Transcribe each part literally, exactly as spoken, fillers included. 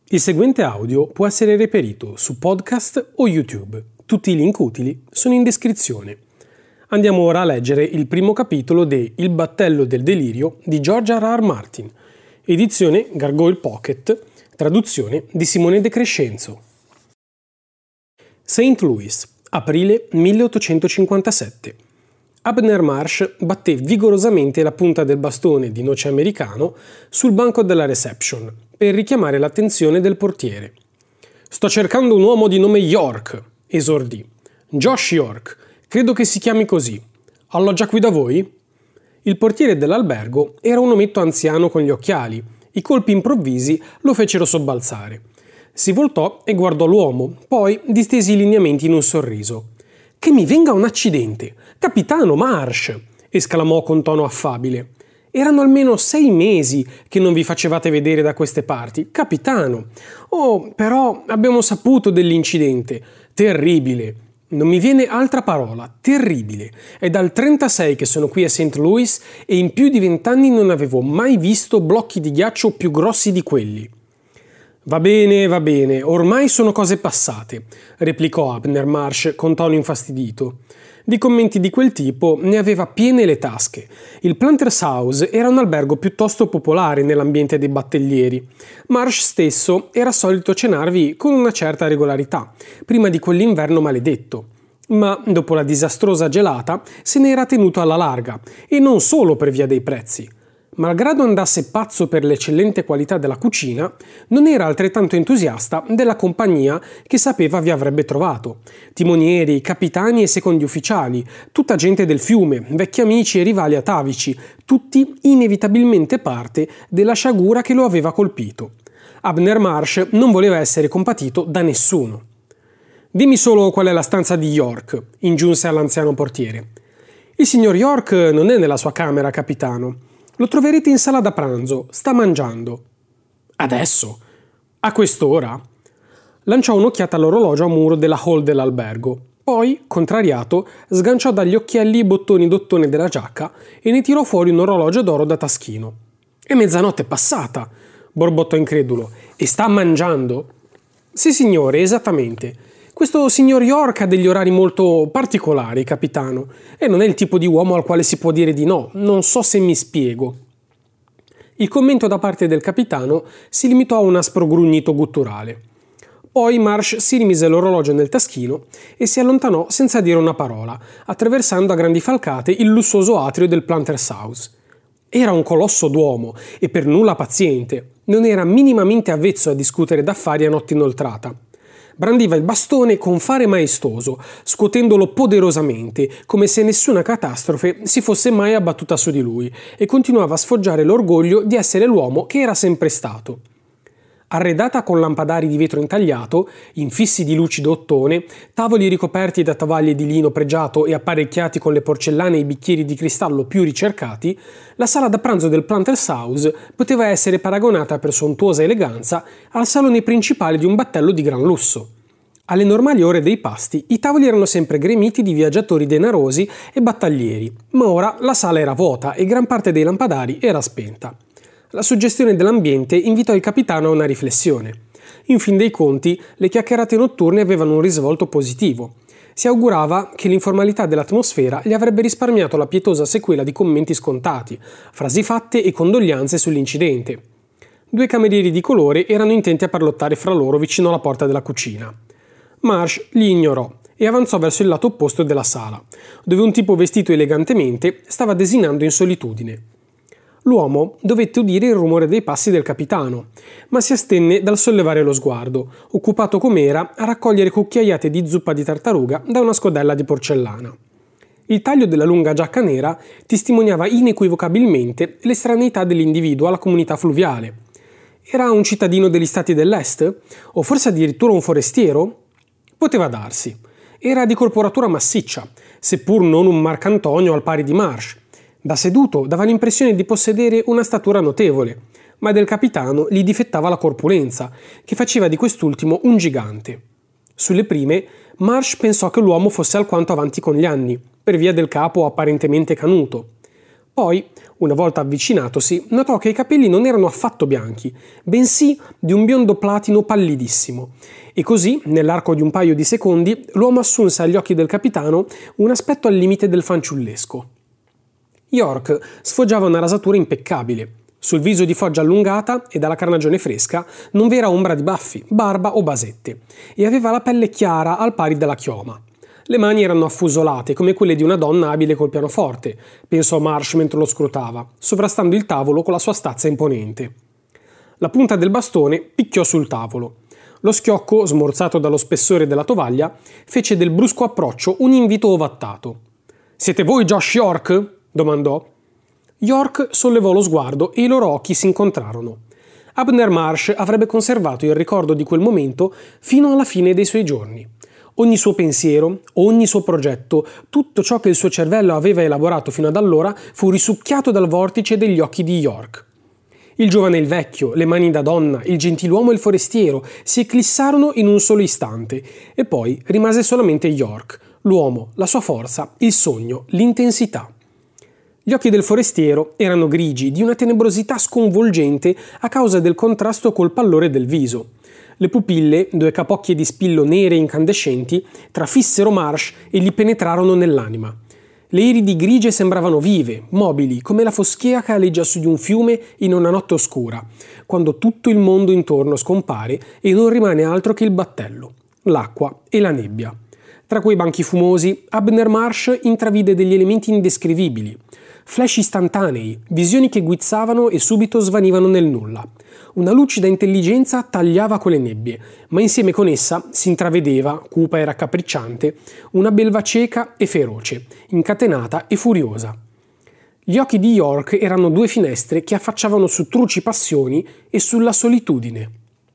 Il seguente audio può essere reperito su podcast o YouTube. Tutti i link utili sono in descrizione. Andiamo ora a leggere il primo capitolo de Il battello del delirio di George R R. Martin, edizione Gargoyle Pocket, traduzione di Simone De Crescenzo. Saint Louis, aprile milleottocentocinquantasette. Abner Marsh batté vigorosamente la punta del bastone di noce americano sul banco della reception per richiamare l'attenzione del portiere. «Sto cercando un uomo di nome York», esordì. «Josh York, credo che si chiami così. Alloggia qui da voi?» Il portiere dell'albergo era un ometto anziano con gli occhiali. I colpi improvvisi lo fecero sobbalzare. Si voltò e guardò l'uomo, poi distese i lineamenti in un sorriso. «Che mi venga un accidente! Capitano Marsh!» esclamò con tono affabile. «Erano almeno sei mesi che non vi facevate vedere da queste parti, capitano! Oh, però abbiamo saputo dell'incidente. Terribile! Non mi viene altra parola, terribile! È dal trentasei che sono qui a Saint Louis e in più di vent'anni non avevo mai visto blocchi di ghiaccio più grossi di quelli». «Va bene, va bene, ormai sono cose passate», replicò Abner Marsh con tono infastidito. Di commenti di quel tipo ne aveva piene le tasche. Il Planters House era un albergo piuttosto popolare nell'ambiente dei battellieri. Marsh stesso era solito cenarvi con una certa regolarità, prima di quell'inverno maledetto. Ma dopo la disastrosa gelata se ne era tenuto alla larga, e non solo per via dei prezzi. Malgrado andasse pazzo per l'eccellente qualità della cucina, non era altrettanto entusiasta della compagnia che sapeva vi avrebbe trovato. Timonieri, capitani e secondi ufficiali, tutta gente del fiume, vecchi amici e rivali atavici, tutti inevitabilmente parte della sciagura che lo aveva colpito. Abner Marsh non voleva essere compatito da nessuno. «Dimmi solo qual è la stanza di York», ingiunse all'anziano portiere. «Il signor York non è nella sua camera, capitano. Lo troverete in sala da pranzo, sta mangiando». «Adesso? A quest'ora?» Lanciò un'occhiata all'orologio a muro della hall dell'albergo. Poi, contrariato, sganciò dagli occhielli i bottoni d'ottone della giacca e ne tirò fuori un orologio d'oro da taschino. «È mezzanotte passata», borbottò incredulo. «E sta mangiando?» «Sì, signore, esattamente. Questo signor York ha degli orari molto particolari, capitano, e non è il tipo di uomo al quale si può dire di no, non so se mi spiego». Il commento da parte del capitano si limitò a un aspro grugnito gutturale. Poi Marsh si rimise l'orologio nel taschino e si allontanò senza dire una parola, attraversando a grandi falcate il lussuoso atrio del Planters House. Era un colosso d'uomo e per nulla paziente, non era minimamente avvezzo a discutere d'affari a notte inoltrata. Brandiva il bastone con fare maestoso, scuotendolo poderosamente, come se nessuna catastrofe si fosse mai abbattuta su di lui, e continuava a sfoggiare l'orgoglio di essere l'uomo che era sempre stato. Arredata con lampadari di vetro intagliato, infissi di lucido ottone, tavoli ricoperti da tovaglie di lino pregiato e apparecchiati con le porcellane e i bicchieri di cristallo più ricercati, la sala da pranzo del Planters House poteva essere paragonata per sontuosa eleganza al salone principale di un battello di gran lusso. Alle normali ore dei pasti i tavoli erano sempre gremiti di viaggiatori denarosi e battaglieri, ma ora la sala era vuota e gran parte dei lampadari era spenta. La suggestione dell'ambiente invitò il capitano a una riflessione. In fin dei conti, le chiacchierate notturne avevano un risvolto positivo. Si augurava che l'informalità dell'atmosfera gli avrebbe risparmiato la pietosa sequela di commenti scontati, frasi fatte e condoglianze sull'incidente. Due camerieri di colore erano intenti a parlottare fra loro vicino alla porta della cucina. Marsh li ignorò e avanzò verso il lato opposto della sala, dove un tipo vestito elegantemente stava desinando in solitudine. L'uomo dovette udire il rumore dei passi del capitano, ma si astenne dal sollevare lo sguardo, occupato com'era a raccogliere cucchiaiate di zuppa di tartaruga da una scodella di porcellana. Il taglio della lunga giacca nera testimoniava inequivocabilmente l'estraneità dell'individuo alla comunità fluviale. Era un cittadino degli stati dell'est? O forse addirittura un forestiero? Poteva darsi. Era di corporatura massiccia, seppur non un Marcantonio al pari di Marsh. Da seduto dava l'impressione di possedere una statura notevole, ma del capitano gli difettava la corpulenza, che faceva di quest'ultimo un gigante. Sulle prime, Marsh pensò che l'uomo fosse alquanto avanti con gli anni, per via del capo apparentemente canuto. Poi, una volta avvicinatosi, notò che i capelli non erano affatto bianchi, bensì di un biondo platino pallidissimo. E così, nell'arco di un paio di secondi, l'uomo assunse agli occhi del capitano un aspetto al limite del fanciullesco. York sfoggiava una rasatura impeccabile. Sul viso di foggia allungata e dalla carnagione fresca non vi era ombra di baffi, barba o basette, e aveva la pelle chiara al pari della chioma. Le mani erano affusolate come quelle di una donna abile col pianoforte, pensò Marsh mentre lo scrutava, sovrastando il tavolo con la sua stazza imponente. La punta del bastone picchiò sul tavolo. Lo schiocco, smorzato dallo spessore della tovaglia, fece del brusco approccio un invito ovattato. «Siete voi Josh York?» domandò. York sollevò lo sguardo e i loro occhi si incontrarono. Abner Marsh avrebbe conservato il ricordo di quel momento fino alla fine dei suoi giorni. Ogni suo pensiero, ogni suo progetto, tutto ciò che il suo cervello aveva elaborato fino ad allora fu risucchiato dal vortice degli occhi di York. Il giovane e il vecchio, le mani da donna, il gentiluomo e il forestiero si eclissarono in un solo istante e poi rimase solamente York, l'uomo, la sua forza, il sogno, l'intensità. Gli occhi del forestiero erano grigi, di una tenebrosità sconvolgente a causa del contrasto col pallore del viso. Le pupille, due capocchie di spillo nere e incandescenti, trafissero Marsh e gli penetrarono nell'anima. Le iridi grigie sembravano vive, mobili, come la foschia che aleggia su di un fiume in una notte oscura, quando tutto il mondo intorno scompare e non rimane altro che il battello, l'acqua e la nebbia. Tra quei banchi fumosi, Abner Marsh intravide degli elementi indescrivibili, flash istantanei, visioni che guizzavano e subito svanivano nel nulla. Una lucida intelligenza tagliava quelle nebbie, ma insieme con essa si intravedeva, cupa e raccapricciante, una belva cieca e feroce, incatenata e furiosa. Gli occhi di York erano due finestre che affacciavano su truci passioni e sulla solitudine.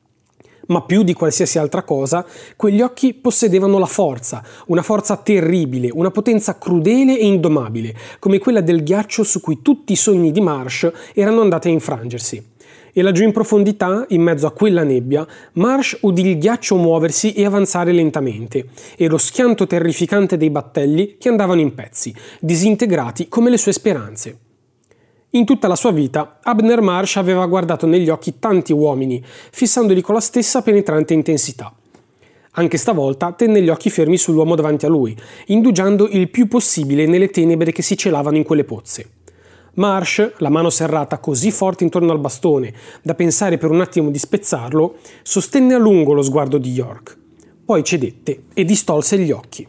Ma più di qualsiasi altra cosa, quegli occhi possedevano la forza, una forza terribile, una potenza crudele e indomabile, come quella del ghiaccio su cui tutti i sogni di Marsh erano andati a infrangersi. E laggiù in profondità, in mezzo a quella nebbia, Marsh udì il ghiaccio muoversi e avanzare lentamente, e lo schianto terrificante dei battelli che andavano in pezzi, disintegrati come le sue speranze. In tutta la sua vita, Abner Marsh aveva guardato negli occhi tanti uomini, fissandoli con la stessa penetrante intensità. Anche stavolta tenne gli occhi fermi sull'uomo davanti a lui, indugiando il più possibile nelle tenebre che si celavano in quelle pozze. Marsh, la mano serrata così forte intorno al bastone da pensare per un attimo di spezzarlo, sostenne a lungo lo sguardo di York. Poi cedette e distolse gli occhi.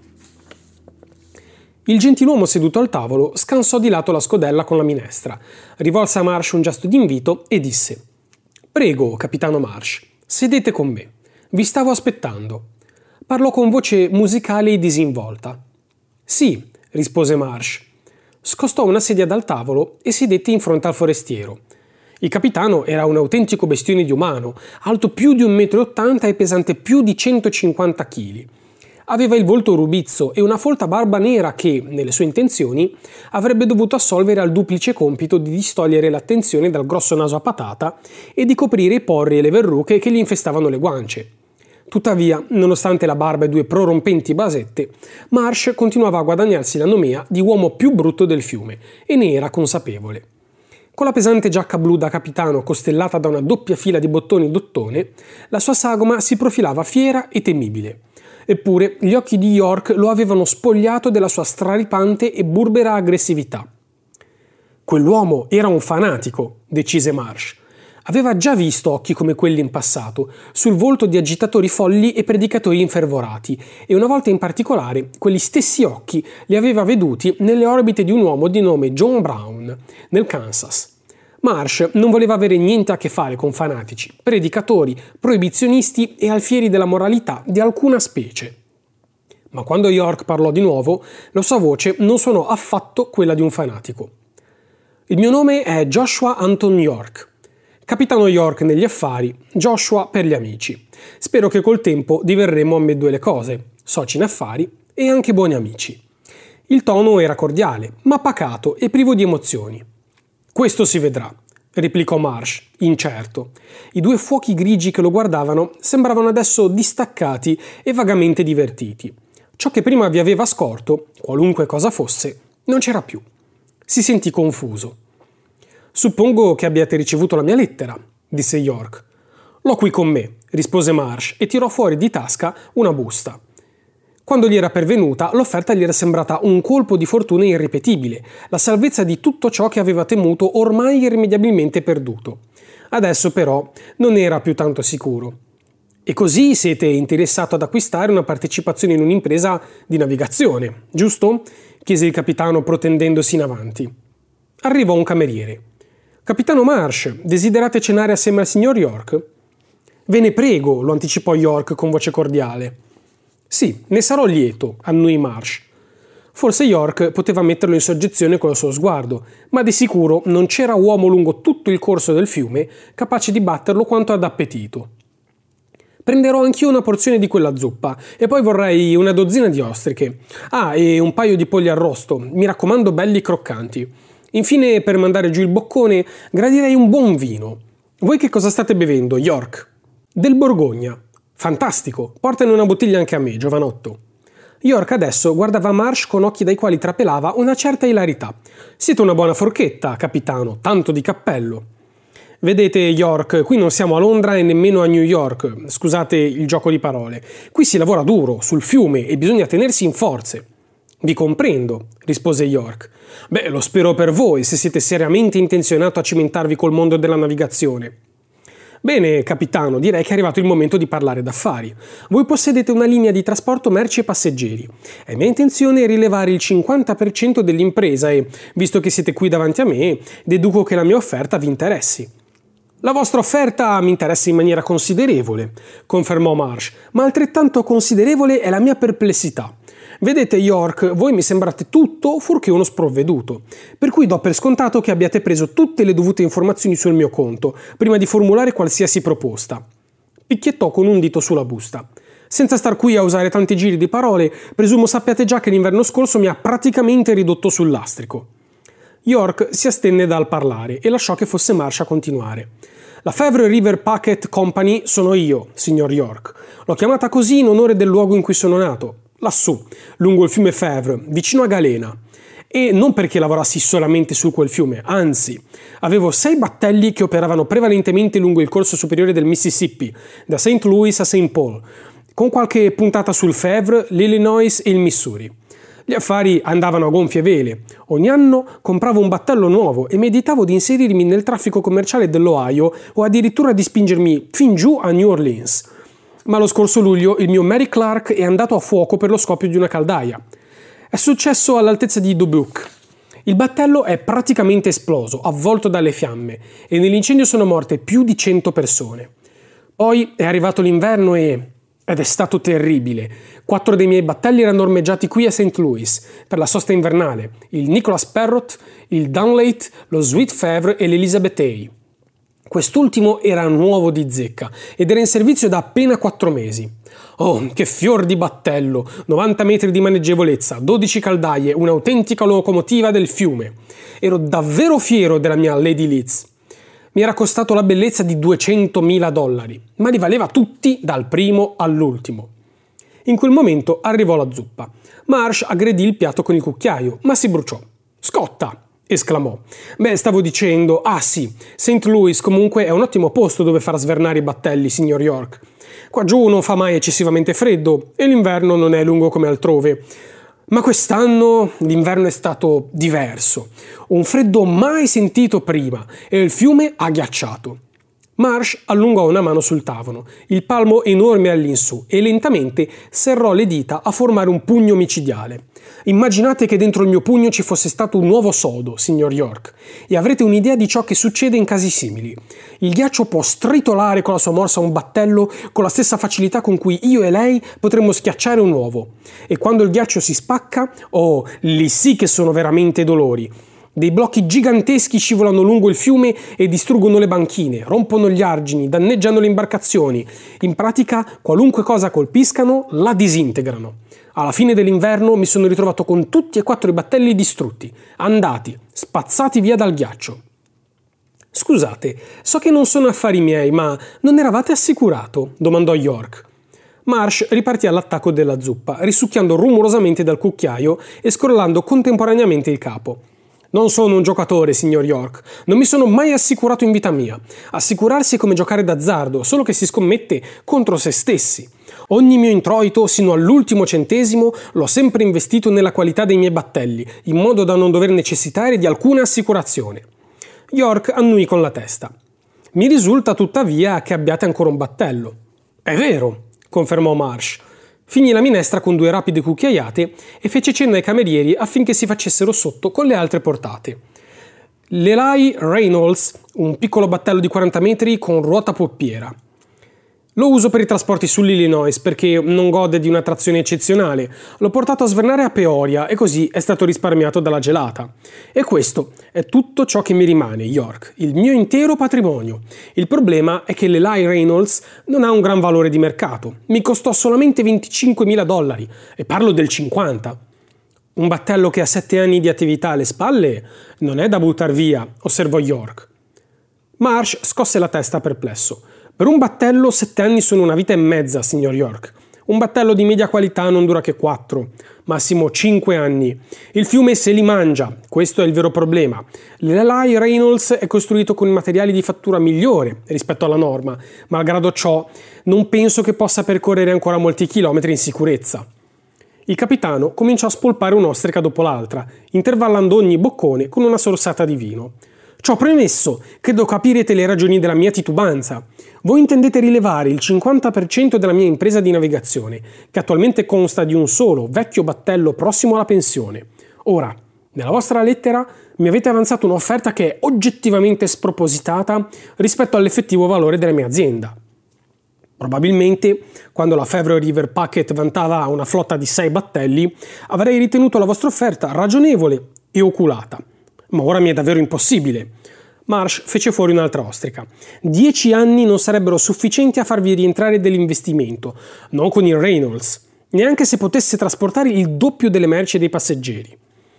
Il gentiluomo seduto al tavolo scansò di lato la scodella con la minestra, rivolse a Marsh un gesto d'invito e disse: «Prego, capitano Marsh, sedete con me. Vi stavo aspettando». Parlò con voce musicale e disinvolta. «Sì», rispose Marsh. Scostò una sedia dal tavolo e sedette in fronte al forestiero. Il capitano era un autentico bestione di umano, alto più di un metro e ottanta e pesante più di centocinquanta chili. Aveva il volto rubizzo e una folta barba nera che, nelle sue intenzioni, avrebbe dovuto assolvere al duplice compito di distogliere l'attenzione dal grosso naso a patata e di coprire i porri e le verruche che gli infestavano le guance. Tuttavia, nonostante la barba e due prorompenti basette, Marsh continuava a guadagnarsi la nomea di uomo più brutto del fiume e ne era consapevole. Con la pesante giacca blu da capitano costellata da una doppia fila di bottoni d'ottone, la sua sagoma si profilava fiera e temibile. Eppure gli occhi di York lo avevano spogliato della sua straripante e burbera aggressività. Quell'uomo era un fanatico, decise Marsh. Aveva già visto occhi come quelli in passato, sul volto di agitatori folli e predicatori infervorati, e una volta in particolare quegli stessi occhi li aveva veduti nelle orbite di un uomo di nome John Brown, nel Kansas. Marsh non voleva avere niente a che fare con fanatici, predicatori, proibizionisti e alfieri della moralità di alcuna specie. Ma quando York parlò di nuovo, la sua voce non suonò affatto quella di un fanatico. «Il mio nome è Joshua Anton York. Capitano York negli affari, Joshua per gli amici. Spero che col tempo diverremo ambedue le cose, soci in affari e anche buoni amici». Il tono era cordiale, ma pacato e privo di emozioni. «Questo si vedrà», replicò Marsh, incerto. I due fuochi grigi che lo guardavano sembravano adesso distaccati e vagamente divertiti. Ciò che prima vi aveva scorto, qualunque cosa fosse, non c'era più. Si sentì confuso. «Suppongo che abbiate ricevuto la mia lettera», disse York. «L'ho qui con me», rispose Marsh e tirò fuori di tasca una busta. Quando gli era pervenuta, l'offerta gli era sembrata un colpo di fortuna irripetibile, la salvezza di tutto ciò che aveva temuto ormai irrimediabilmente perduto. Adesso però non era più tanto sicuro. «E così siete interessato ad acquistare una partecipazione in un'impresa di navigazione, giusto?» chiese il capitano protendendosi in avanti. Arrivò un cameriere. «Capitano Marsh, desiderate cenare assieme al signor York?» «Ve ne prego», lo anticipò York con voce cordiale. «Sì, ne sarò lieto», annui Marsh. Forse York poteva metterlo in soggezione col suo sguardo, ma di sicuro non c'era uomo lungo tutto il corso del fiume capace di batterlo quanto ad appetito. «Prenderò anch'io una porzione di quella zuppa e poi vorrei una dozzina di ostriche. Ah, e un paio di polli arrosto, mi raccomando belli croccanti. Infine, per mandare giù il boccone, gradirei un buon vino. Voi che cosa state bevendo, York?» «Del Borgogna». «Fantastico, portane una bottiglia anche a me, giovanotto». York adesso guardava Marsh con occhi dai quali trapelava una certa ilarità. «Siete una buona forchetta, capitano, tanto di cappello». «Vedete, York, qui non siamo a Londra e nemmeno a New York, scusate il gioco di parole. Qui si lavora duro, sul fiume, e bisogna tenersi in forze». «Vi comprendo», rispose York. «Beh, lo spero per voi, se siete seriamente intenzionato a cimentarvi col mondo della navigazione». «Bene, capitano, direi che è arrivato il momento di parlare d'affari. Voi possedete una linea di trasporto merci e passeggeri. È mia intenzione rilevare il cinquanta per cento dell'impresa e, visto che siete qui davanti a me, deduco che la mia offerta vi interessi». «La vostra offerta mi interessa in maniera considerevole», confermò Marsh, «ma altrettanto considerevole è la mia perplessità. Vedete, York, voi mi sembrate tutto fuorché uno sprovveduto, per cui do per scontato che abbiate preso tutte le dovute informazioni sul mio conto, prima di formulare qualsiasi proposta». Picchiettò con un dito sulla busta. «Senza star qui a usare tanti giri di parole, presumo sappiate già che l'inverno scorso mi ha praticamente ridotto sul lastrico». York si astenne dal parlare e lasciò che fosse Marsh a continuare. «La Favre River Packet Company sono io, signor York. L'ho chiamata così in onore del luogo in cui sono nato, lassù, lungo il fiume Favre, vicino a Galena. E non perché lavorassi solamente su quel fiume, anzi, avevo sei battelli che operavano prevalentemente lungo il corso superiore del Mississippi, da Saint Louis a Saint Paul, con qualche puntata sul Favre, l'Illinois e il Missouri. Gli affari andavano a gonfie vele. Ogni anno compravo un battello nuovo e meditavo di inserirmi nel traffico commerciale dell'Ohio o addirittura di spingermi fin giù a New Orleans. Ma lo scorso luglio il mio Mary Clark è andato a fuoco per lo scoppio di una caldaia. È successo all'altezza di Dubuque. Il battello è praticamente esploso, avvolto dalle fiamme, e nell'incendio sono morte più di cento persone. Poi è arrivato l'inverno e... ed è stato terribile. Quattro dei miei battelli erano ormeggiati qui a Saint Louis per la sosta invernale: il Nicholas Perrott, il Dunlate, lo Sweet Favre e l'Elizabeth A. Quest'ultimo era nuovo di zecca ed era in servizio da appena quattro mesi. Oh, che fior di battello! novanta metri di maneggevolezza, dodici caldaie, un'autentica locomotiva del fiume. Ero davvero fiero della mia Lady Leeds. Mi era costato la bellezza di duecentomila dollari, ma li valeva tutti dal primo all'ultimo. In quel momento arrivò la zuppa. Marsh aggredì il piatto con il cucchiaio, ma si bruciò. «Scotta!» esclamò. «Beh, stavo dicendo, ah sì, Saint Louis comunque è un ottimo posto dove far svernare i battelli, signor York. Qua giù non fa mai eccessivamente freddo e l'inverno non è lungo come altrove. Ma quest'anno l'inverno è stato diverso. Un freddo mai sentito prima e il fiume ha ghiacciato». Marsh allungò una mano sul tavolo, il palmo enorme all'insù, e lentamente serrò le dita a formare un pugno micidiale. «Immaginate che dentro il mio pugno ci fosse stato un uovo sodo, signor York, e avrete un'idea di ciò che succede in casi simili. Il ghiaccio può stritolare con la sua morsa un battello con la stessa facilità con cui io e lei potremmo schiacciare un uovo. E quando il ghiaccio si spacca, oh, lì sì che sono veramente dolori. Dei blocchi giganteschi scivolano lungo il fiume e distruggono le banchine, rompono gli argini, danneggiano le imbarcazioni. In pratica, qualunque cosa colpiscano, la disintegrano. Alla fine dell'inverno mi sono ritrovato con tutti e quattro i battelli distrutti, andati, spazzati via dal ghiaccio». «Scusate, so che non sono affari miei, ma non eravate assicurato?» domandò York. Marsh ripartì all'attacco della zuppa, risucchiando rumorosamente dal cucchiaio e scrollando contemporaneamente il capo. Non sono un giocatore, signor York. Non mi sono mai assicurato in vita mia. Assicurarsi è come giocare d'azzardo, solo che si scommette contro se stessi. Ogni mio introito, sino all'ultimo centesimo, l'ho sempre investito nella qualità dei miei battelli, in modo da non dover necessitare di alcuna assicurazione. York annui con la testa. Mi risulta tuttavia che abbiate ancora un battello. È vero, confermò Marsh. Finì la minestra con due rapide cucchiaiate e fece cenno ai camerieri affinché si facessero sotto con le altre portate. L'Eli Reynolds, un piccolo battello di quaranta metri con ruota poppiera. Lo uso per i trasporti sull'Illinois perché non gode di una trazione eccezionale. L'ho portato a svernare a Peoria e così è stato risparmiato dalla gelata. E questo è tutto ciò che mi rimane, York, il mio intero patrimonio. Il problema è che l'Eli Reynolds non ha un gran valore di mercato. Mi costò solamente venticinquemila dollari e parlo del cinquanta. Un battello che ha sette anni di attività alle spalle non è da buttar via, osservò York. Marsh scosse la testa perplesso. Per un battello sette anni sono una vita e mezza, signor York. Un battello di media qualità non dura che quattro, massimo cinque anni. Il fiume se li mangia, questo è il vero problema. L'Eli Reynolds è costruito con materiali di fattura migliore rispetto alla norma, malgrado ciò non penso che possa percorrere ancora molti chilometri in sicurezza. Il capitano cominciò a spolpare un'ostrica dopo l'altra, intervallando ogni boccone con una sorsata di vino. Ciò premesso, credo capirete le ragioni della mia titubanza. Voi intendete rilevare il cinquanta per cento della mia impresa di navigazione, che attualmente consta di un solo vecchio battello prossimo alla pensione. Ora, nella vostra lettera mi avete avanzato un'offerta che è oggettivamente spropositata rispetto all'effettivo valore della mia azienda. Probabilmente, quando la Favre River Packet vantava una flotta di sei battelli, avrei ritenuto la vostra offerta ragionevole e oculata. Ma ora mi è davvero impossibile. Marsh fece fuori un'altra ostrica. Dieci anni non sarebbero sufficienti a farvi rientrare dell'investimento, non con il Reynolds, neanche se potesse trasportare il doppio delle merci e dei passeggeri.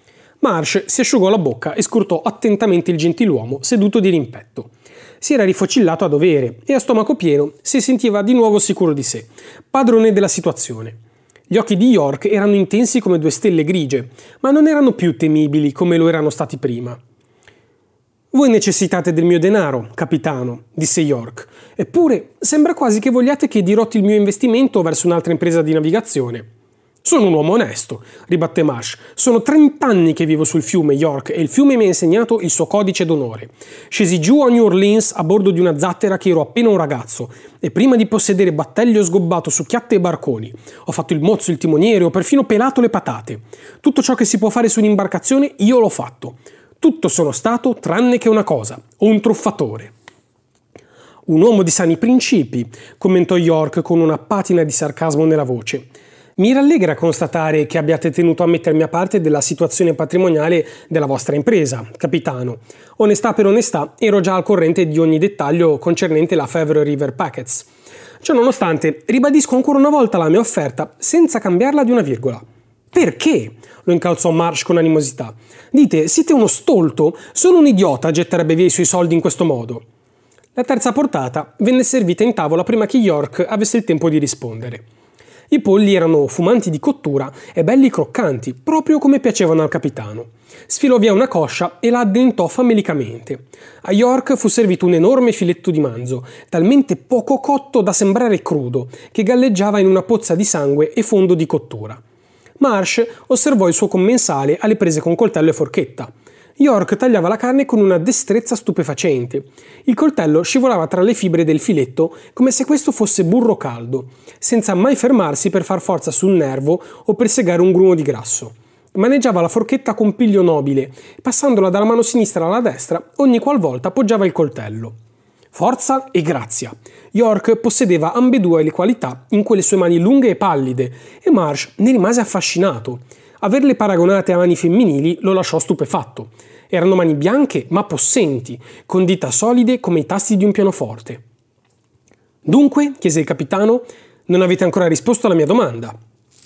Marsh si asciugò la bocca e scrutò attentamente il gentiluomo seduto di rimpetto. Si era rifocillato a dovere e a stomaco pieno si sentiva di nuovo sicuro di sé, padrone della situazione. Gli occhi di York erano intensi come due stelle grigie, ma non erano più temibili come lo erano stati prima. «Voi necessitate del mio denaro, capitano», disse York. «Eppure sembra quasi che vogliate che dirotti il mio investimento verso un'altra impresa di navigazione». «Sono un uomo onesto», ribatté Marsh. «Sono trent'anni che vivo sul fiume, York, e il fiume mi ha insegnato il suo codice d'onore. Scesi giù a New Orleans a bordo di una zattera che ero appena un ragazzo, e prima di possedere battelli ho sgobbato su chiatte e barconi. Ho fatto il mozzo, il timoniere, ho perfino pelato le patate. Tutto ciò che si può fare su un'imbarcazione io l'ho fatto. Tutto sono stato tranne che una cosa, un truffatore». «Un uomo di sani principi», commentò York con una patina di sarcasmo nella voce. «Mi rallegra constatare che abbiate tenuto a mettermi a parte della situazione patrimoniale della vostra impresa, capitano. Onestà per onestà, ero già al corrente di ogni dettaglio concernente la Favre River Packets. Ciononostante, ribadisco ancora una volta la mia offerta senza cambiarla di una virgola». «Perché?» lo incalzò Marsh con animosità. «Dite, siete uno stolto? Solo un idiota getterebbe via i suoi soldi in questo modo». La terza portata venne servita in tavola prima che York avesse il tempo di rispondere. I polli erano fumanti di cottura e belli croccanti, proprio come piacevano al capitano. Sfilò via una coscia e la addentò famelicamente. A York fu servito un enorme filetto di manzo, talmente poco cotto da sembrare crudo, che galleggiava in una pozza di sangue e fondo di cottura. Marsh osservò il suo commensale alle prese con coltello e forchetta. York tagliava la carne con una destrezza stupefacente. Il coltello scivolava tra le fibre del filetto come se questo fosse burro caldo, senza mai fermarsi per far forza sul nervo o per segare un grumo di grasso. Maneggiava la forchetta con piglio nobile, passandola dalla mano sinistra alla destra ogni qualvolta appoggiava il coltello. Forza e grazia. York possedeva ambedue le qualità in quelle sue mani lunghe e pallide, e Marsh ne rimase affascinato. Averle paragonate a mani femminili lo lasciò stupefatto. Erano mani bianche ma possenti, con dita solide come i tasti di un pianoforte. «Dunque», chiese il capitano, «non avete ancora risposto alla mia domanda».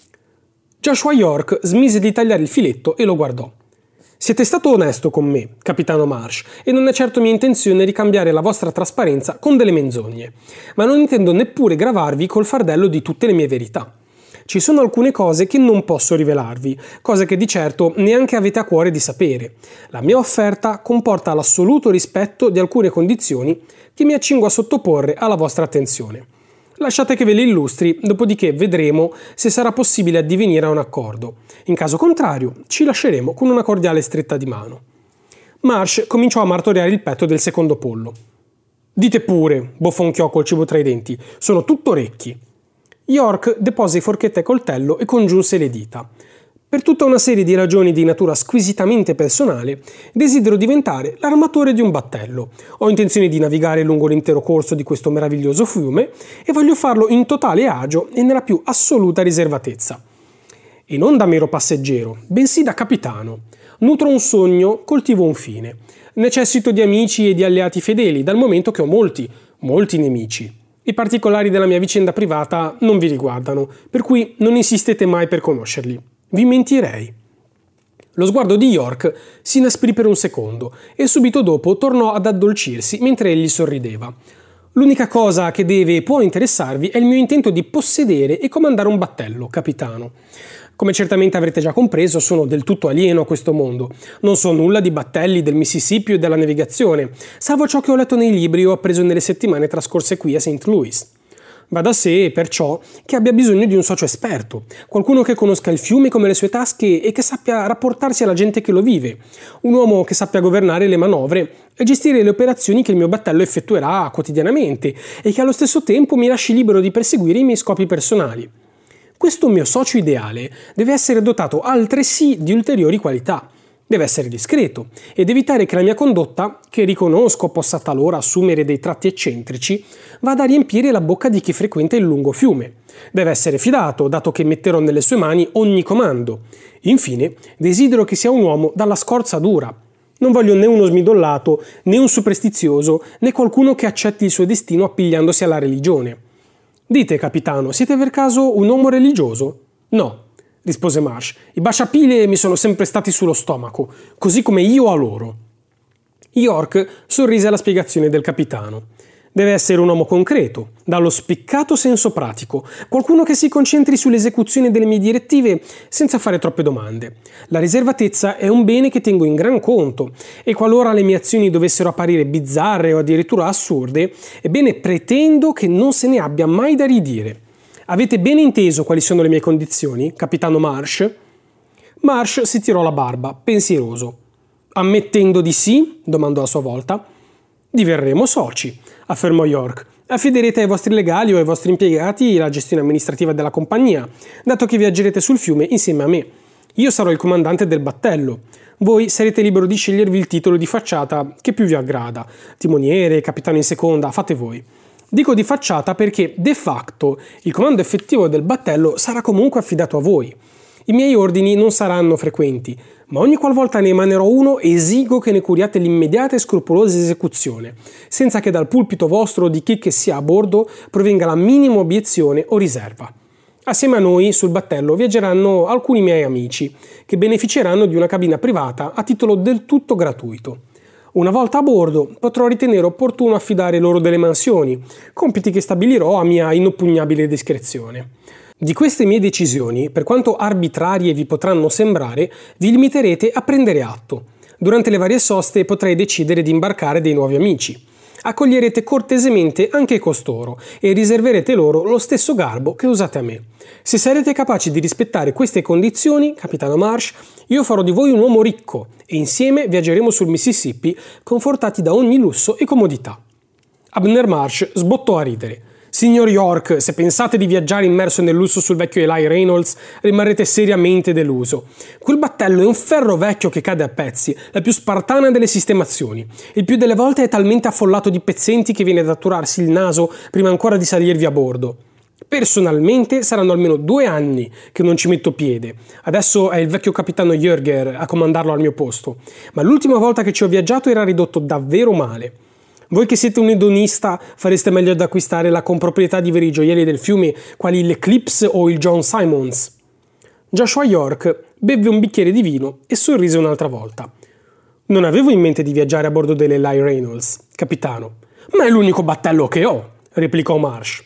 Joshua York smise di tagliare il filetto e lo guardò. «Siete stato onesto con me, capitano Marsh, e non è certo mia intenzione ricambiare la vostra trasparenza con delle menzogne, ma non intendo neppure gravarvi col fardello di tutte le mie verità. Ci sono alcune cose che non posso rivelarvi, cose che di certo neanche avete a cuore di sapere. La mia offerta comporta l'assoluto rispetto di alcune condizioni che mi accingo a sottoporre alla vostra attenzione. Lasciate che ve le illustri, dopodiché vedremo se sarà possibile addivenire a un accordo. In caso contrario, ci lasceremo con una cordiale stretta di mano. Marsh cominciò a martoriare il petto del secondo pollo. «Dite pure», bofonchiò col cibo tra i denti, «sono tutto orecchi». York depose forchetta e coltello e congiunse le dita. «Per tutta una serie di ragioni di natura squisitamente personale, desidero diventare l'armatore di un battello. Ho intenzione di navigare lungo l'intero corso di questo meraviglioso fiume e voglio farlo in totale agio e nella più assoluta riservatezza. E non da mero passeggero, bensì da capitano. Nutro un sogno, coltivo un fine. Necessito di amici e di alleati fedeli, dal momento che ho molti, molti nemici. I particolari della mia vicenda privata non vi riguardano, per cui non insistete mai per conoscerli. Vi mentirei». Lo sguardo di York si inasprì per un secondo e subito dopo tornò ad addolcirsi mentre egli sorrideva. «L'unica cosa che deve e può interessarvi è il mio intento di possedere e comandare un battello, capitano. Come certamente avrete già compreso, sono del tutto alieno a questo mondo. Non so nulla di battelli, del Mississippi o della navigazione, salvo ciò che ho letto nei libri o appreso nelle settimane trascorse qui a Saint Louis. Va da sé, perciò, che abbia bisogno di un socio esperto, qualcuno che conosca il fiume come le sue tasche e che sappia rapportarsi alla gente che lo vive, un uomo che sappia governare le manovre e gestire le operazioni che il mio battello effettuerà quotidianamente e che allo stesso tempo mi lasci libero di perseguire i miei scopi personali. Questo mio socio ideale deve essere dotato altresì di ulteriori qualità. Deve essere discreto ed evitare che la mia condotta, che riconosco possa talora assumere dei tratti eccentrici, vada a riempire la bocca di chi frequenta il lungo fiume. Deve essere fidato, dato che metterò nelle sue mani ogni comando. Infine, desidero che sia un uomo dalla scorza dura. Non voglio né uno smidollato, né un superstizioso, né qualcuno che accetti il suo destino appigliandosi alla religione. Dite, capitano, siete per caso un uomo religioso? No, rispose Marsh. I baciapile mi sono sempre stati sullo stomaco, così come io a loro. York sorrise alla spiegazione del capitano. Deve essere un uomo concreto, dallo spiccato senso pratico, qualcuno che si concentri sull'esecuzione delle mie direttive senza fare troppe domande. La riservatezza è un bene che tengo in gran conto e qualora le mie azioni dovessero apparire bizzarre o addirittura assurde, ebbene pretendo che non se ne abbia mai da ridire. Avete ben inteso quali sono le mie condizioni, capitano Marsh? Marsh si tirò la barba, pensieroso. Ammettendo di sì, domandò a sua volta. Diverremo soci, affermò York. Affiderete ai vostri legali o ai vostri impiegati la gestione amministrativa della compagnia, dato che viaggerete sul fiume insieme a me. Io sarò il comandante del battello. Voi sarete libero di scegliervi il titolo di facciata che più vi aggrada. Timoniere, capitano in seconda, fate voi. Dico di facciata perché, de facto, il comando effettivo del battello sarà comunque affidato a voi. I miei ordini non saranno frequenti, ma ogni qualvolta ne emanerò uno esigo che ne curiate l'immediata e scrupolosa esecuzione, senza che dal pulpito vostro o di chi che sia a bordo provenga la minima obiezione o riserva. Assieme a noi, sul battello, viaggeranno alcuni miei amici, che beneficeranno di una cabina privata a titolo del tutto gratuito. Una volta a bordo potrò ritenere opportuno affidare loro delle mansioni, compiti che stabilirò a mia inoppugnabile discrezione. Di queste mie decisioni, per quanto arbitrarie vi potranno sembrare, vi limiterete a prendere atto. Durante le varie soste potrei decidere di imbarcare dei nuovi amici. Accoglierete cortesemente anche costoro e riserverete loro lo stesso garbo che usate a me. Se sarete capaci di rispettare queste condizioni, capitano Marsh, io farò di voi un uomo ricco e insieme viaggeremo sul Mississippi confortati da ogni lusso e comodità. Abner Marsh sbottò a ridere. Signor York, se pensate di viaggiare immerso nel lusso sul vecchio Eli Reynolds, rimarrete seriamente deluso. Quel battello è un ferro vecchio che cade a pezzi, la più spartana delle sistemazioni. Il più delle volte è talmente affollato di pezzenti che viene da turarsi il naso prima ancora di salirvi a bordo. Personalmente saranno almeno due anni che non ci metto piede. Adesso è il vecchio capitano Jürger a comandarlo al mio posto, ma l'ultima volta che ci ho viaggiato era ridotto davvero male. Voi che siete un edonista fareste meglio ad acquistare la comproprietà di veri gioielli del fiume quali l'Eclipse o il John Simons. Joshua York bevve un bicchiere di vino e sorrise un'altra volta. Non avevo in mente di viaggiare a bordo dell'Eli Reynolds, capitano, ma è l'unico battello che ho, replicò Marsh.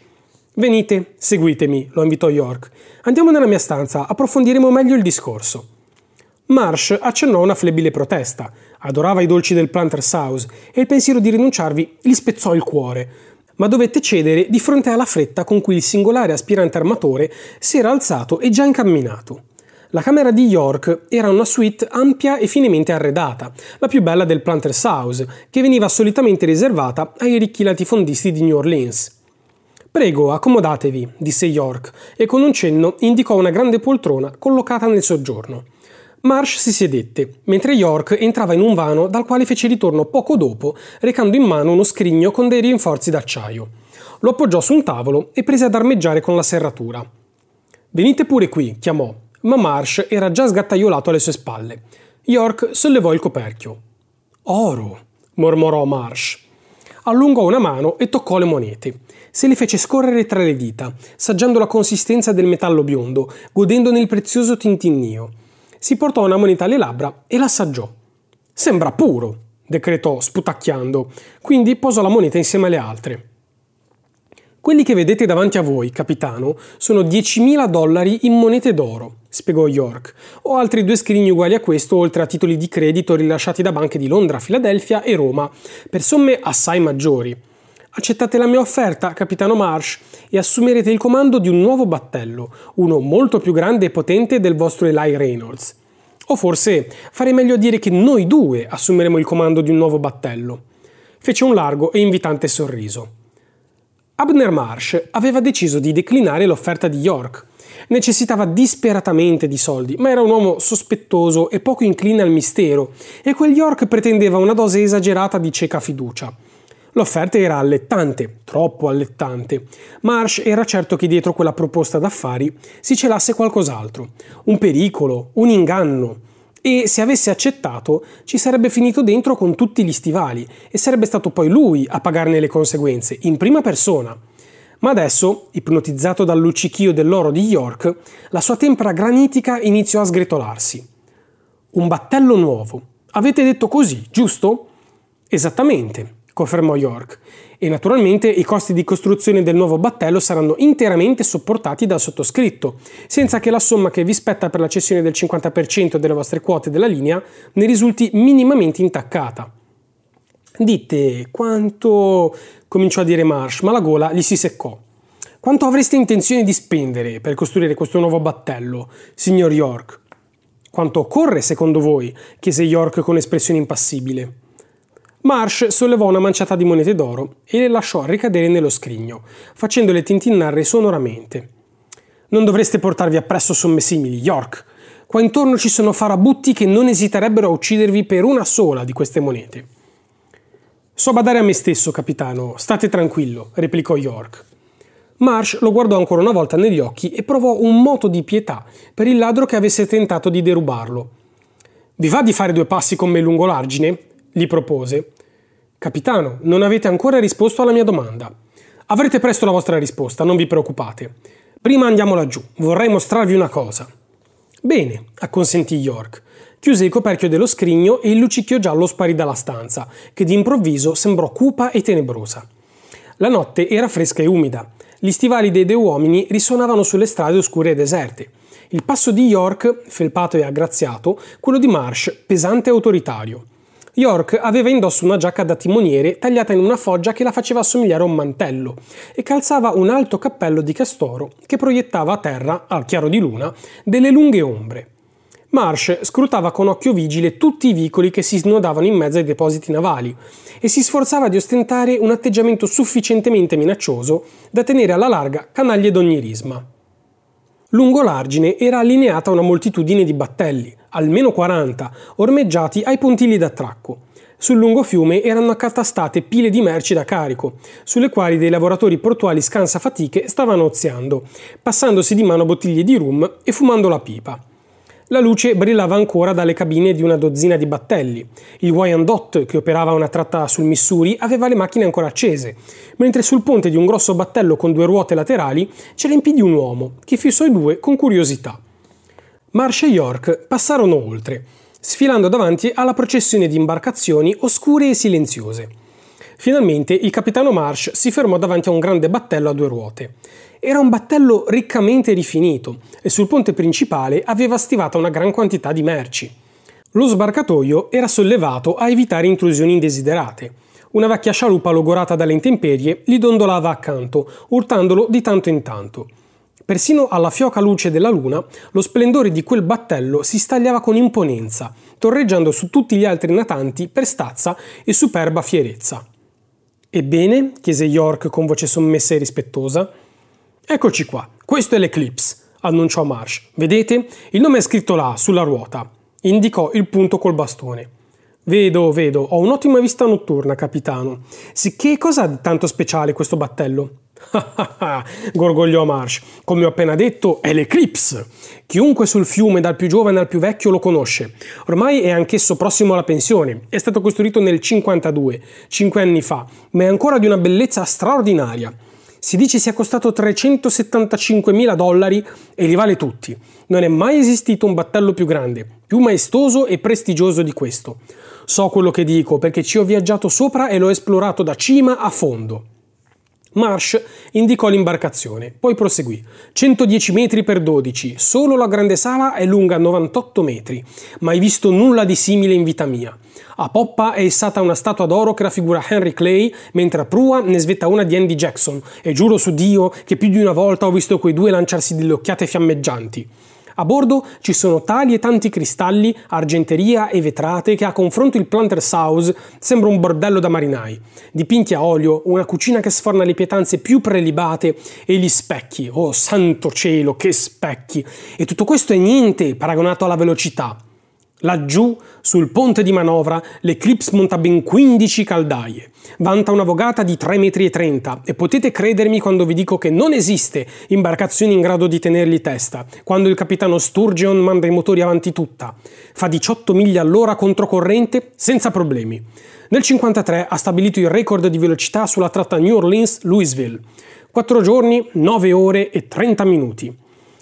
Venite, seguitemi, lo invitò York. Andiamo nella mia stanza, approfondiremo meglio il discorso. Marsh accennò una flebile protesta. Adorava i dolci del Planters House e il pensiero di rinunciarvi gli spezzò il cuore, ma dovette cedere di fronte alla fretta con cui il singolare aspirante armatore si era alzato e già incamminato. La camera di York era una suite ampia e finemente arredata, la più bella del Planters House, che veniva solitamente riservata ai ricchi latifondisti di New Orleans. «Prego, accomodatevi», disse York, e con un cenno indicò una grande poltrona collocata nel soggiorno. Marsh si sedette, mentre York entrava in un vano dal quale fece ritorno poco dopo, recando in mano uno scrigno con dei rinforzi d'acciaio. Lo appoggiò su un tavolo e prese ad armeggiare con la serratura. «Venite pure qui», chiamò, ma Marsh era già sgattaiolato alle sue spalle. York sollevò il coperchio. «Oro», mormorò Marsh. Allungò una mano e toccò le monete. Se le fece scorrere tra le dita, saggiando la consistenza del metallo biondo, godendone il prezioso tintinnio. Si portò una moneta alle labbra e l'assaggiò. «Sembra puro», decretò sputacchiando, quindi posò la moneta insieme alle altre. «Quelli che vedete davanti a voi, capitano, sono diecimila dollari in monete d'oro», spiegò York. «Ho altri due scrigni uguali a questo, oltre a titoli di credito rilasciati da banche di Londra, Filadelfia e Roma, per somme assai maggiori. Accettate la mia offerta, capitano Marsh, e assumerete il comando di un nuovo battello, uno molto più grande e potente del vostro Eli Reynolds. O forse farei meglio a dire che noi due assumeremo il comando di un nuovo battello». Fece un largo e invitante sorriso. Abner Marsh aveva deciso di declinare l'offerta di York. Necessitava disperatamente di soldi, ma era un uomo sospettoso e poco incline al mistero, e quel York pretendeva una dose esagerata di cieca fiducia. L'offerta era allettante, troppo allettante. Marsh era certo che dietro quella proposta d'affari si celasse qualcos'altro, un pericolo, un inganno, e se avesse accettato ci sarebbe finito dentro con tutti gli stivali e sarebbe stato poi lui a pagarne le conseguenze, in prima persona. Ma adesso, ipnotizzato dal luccichio dell'oro di York, la sua tempra granitica iniziò a sgretolarsi. «Un battello nuovo. Avete detto così, giusto?» «Esattamente», confermò York, «e naturalmente i costi di costruzione del nuovo battello saranno interamente sopportati dal sottoscritto, senza che la somma che vi spetta per la cessione del cinquanta per cento delle vostre quote della linea ne risulti minimamente intaccata». «Dite, quanto...» cominciò a dire Marsh, ma la gola gli si seccò. «Quanto avreste intenzione di spendere per costruire questo nuovo battello, signor York?» «Quanto occorre, secondo voi?» chiese York con espressione impassibile. Marsh sollevò una manciata di monete d'oro e le lasciò ricadere nello scrigno, facendole tintinnare sonoramente. «Non dovreste portarvi appresso somme simili, York. Qua intorno ci sono farabutti che non esiterebbero a uccidervi per una sola di queste monete». «So badare a me stesso, capitano, state tranquillo», replicò York. Marsh lo guardò ancora una volta negli occhi e provò un moto di pietà per il ladro che avesse tentato di derubarlo. «Vi va di fare due passi con me lungo l'argine?» gli propose. «Capitano, non avete ancora risposto alla mia domanda». «Avrete presto la vostra risposta, non vi preoccupate. Prima andiamo laggiù, vorrei mostrarvi una cosa». «Bene», acconsentì York. Chiuse il coperchio dello scrigno e il luccichio giallo sparì dalla stanza, che d'improvviso sembrò cupa e tenebrosa. La notte era fresca e umida. Gli stivali dei due uomini risuonavano sulle strade oscure e deserte. Il passo di York, felpato e aggraziato, quello di Marsh, pesante e autoritario. York aveva indosso una giacca da timoniere tagliata in una foggia che la faceva assomigliare a un mantello e calzava un alto cappello di castoro che proiettava a terra, al chiaro di luna, delle lunghe ombre. Marsh scrutava con occhio vigile tutti i vicoli che si snodavano in mezzo ai depositi navali e si sforzava di ostentare un atteggiamento sufficientemente minaccioso da tenere alla larga canaglie d'ogni risma. Lungo l'argine era allineata una moltitudine di battelli, almeno quaranta, ormeggiati ai pontili d'attracco. Sul lungo fiume erano accatastate pile di merci da carico, sulle quali dei lavoratori portuali scansafatiche stavano oziando, passandosi di mano bottiglie di rum e fumando la pipa. La luce brillava ancora dalle cabine di una dozzina di battelli. Il Wyandotte, che operava una tratta sul Missouri, aveva le macchine ancora accese, mentre sul ponte di un grosso battello con due ruote laterali c'era in piedi un uomo, che fissò i due con curiosità. Marsh e York passarono oltre, sfilando davanti alla processione di imbarcazioni oscure e silenziose. Finalmente il capitano Marsh si fermò davanti a un grande battello a due ruote. Era un battello riccamente rifinito e sul ponte principale aveva stivata una gran quantità di merci. Lo sbarcatoio era sollevato a evitare intrusioni indesiderate. Una vecchia scialuppa logorata dalle intemperie gli dondolava accanto, urtandolo di tanto in tanto. Persino alla fioca luce della luna, lo splendore di quel battello si stagliava con imponenza, torreggiando su tutti gli altri natanti per stazza e superba fierezza. «Ebbene?» chiese York con voce sommessa e rispettosa. «Eccoci qua, questo è l'Eclipse», annunciò Marsh. «Vedete? Il nome è scritto là, sulla ruota». Indicò il punto col bastone. «Vedo, vedo, ho un'ottima vista notturna, capitano. Sicché cosa ha di tanto speciale questo battello?» «Ah ah ah», gorgogliò Marsh. «Come ho appena detto, è l'Eclipse. Chiunque sul fiume, dal più giovane al più vecchio, lo conosce. Ormai è anch'esso prossimo alla pensione. È stato costruito nel cinquantadue, cinque anni fa, ma è ancora di una bellezza straordinaria. Si dice sia costato trecentosettantacinquemila dollari e li vale tutti. Non è mai esistito un battello più grande, più maestoso e prestigioso di questo. So quello che dico perché ci ho viaggiato sopra e l'ho esplorato da cima a fondo». Marsh indicò l'imbarcazione, poi proseguì. centodieci metri per dodici, solo la grande sala è lunga novantotto metri. Mai visto nulla di simile in vita mia. A poppa è issata una statua d'oro che raffigura Henry Clay, mentre a prua ne svetta una di Andy Jackson, e giuro su Dio che più di una volta ho visto quei due lanciarsi delle occhiate fiammeggianti. A bordo ci sono tali e tanti cristalli, argenteria e vetrate che a confronto il Planters House sembra un bordello da marinai. Dipinti a olio, una cucina che sforna le pietanze più prelibate e gli specchi. Oh santo cielo, che specchi! E tutto questo è niente paragonato alla velocità. Laggiù, sul ponte di manovra, l'Eclipse monta ben quindici caldaie. Vanta una vogata di tre virgola trenta metri e potete credermi quando vi dico che non esiste imbarcazione in grado di tenergli testa, quando il capitano Sturgeon manda i motori avanti tutta. Fa diciotto miglia all'ora controcorrente senza problemi. Nel cinquantatré ha stabilito il record di velocità sulla tratta New Orleans-Louisville. quattro giorni, nove ore e trenta minuti.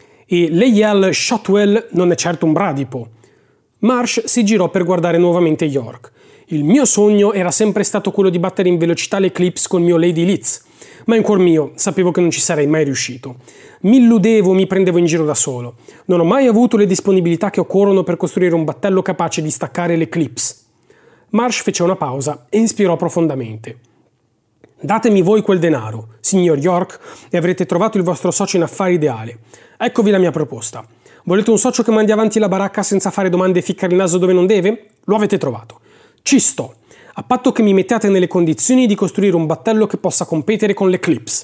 E l'Eyal Shotwell non è certo un bradipo. Marsh si girò per guardare nuovamente York. Il mio sogno era sempre stato quello di battere in velocità l'Eclipse col mio Lady Leeds, ma in cuor mio sapevo che non ci sarei mai riuscito. Mi illudevo, mi prendevo in giro da solo. Non ho mai avuto le disponibilità che occorrono per costruire un battello capace di staccare l'Eclipse. Marsh fece una pausa e inspirò profondamente. «Datemi voi quel denaro, signor York, e avrete trovato il vostro socio in affari ideale. Eccovi la mia proposta. Volete un socio che mandi avanti la baracca senza fare domande e ficcare il naso dove non deve? Lo avete trovato. Ci sto, a patto che mi mettiate nelle condizioni di costruire un battello che possa competere con l'Eclipse».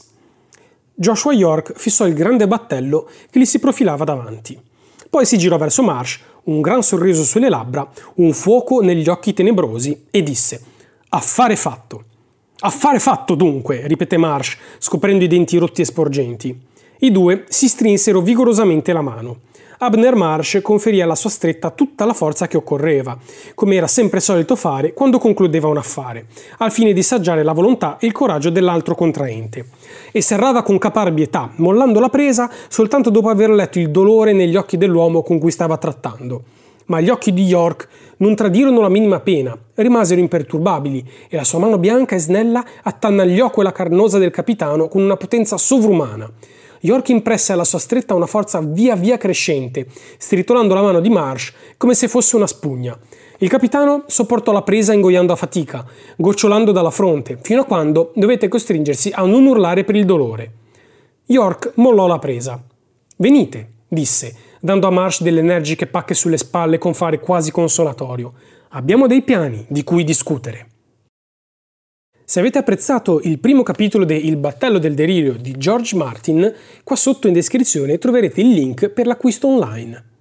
Joshua York fissò il grande battello che gli si profilava davanti. Poi si girò verso Marsh, un gran sorriso sulle labbra, un fuoco negli occhi tenebrosi, e disse: «Affare fatto». «Affare fatto, dunque», ripeté Marsh, scoprendo i denti rotti e sporgenti. I due si strinsero vigorosamente la mano. Abner Marsh conferì alla sua stretta tutta la forza che occorreva, come era sempre solito fare quando concludeva un affare, al fine di saggiare la volontà e il coraggio dell'altro contraente, e serrava con caparbietà, mollando la presa soltanto dopo aver letto il dolore negli occhi dell'uomo con cui stava trattando. Ma gli occhi di York non tradirono la minima pena, rimasero imperturbabili, e la sua mano bianca e snella attanagliò quella carnosa del capitano con una potenza sovrumana. York impresse alla sua stretta una forza via via crescente, stritolando la mano di Marsh come se fosse una spugna. Il capitano sopportò la presa ingoiando a fatica, gocciolando dalla fronte, fino a quando dovette costringersi a non urlare per il dolore. York mollò la presa. «Venite», disse, dando a Marsh delle energiche pacche sulle spalle con fare quasi consolatorio. «Abbiamo dei piani di cui discutere». Se avete apprezzato il primo capitolo di Il battello del delirio di George Martin, qua sotto in descrizione troverete il link per l'acquisto online.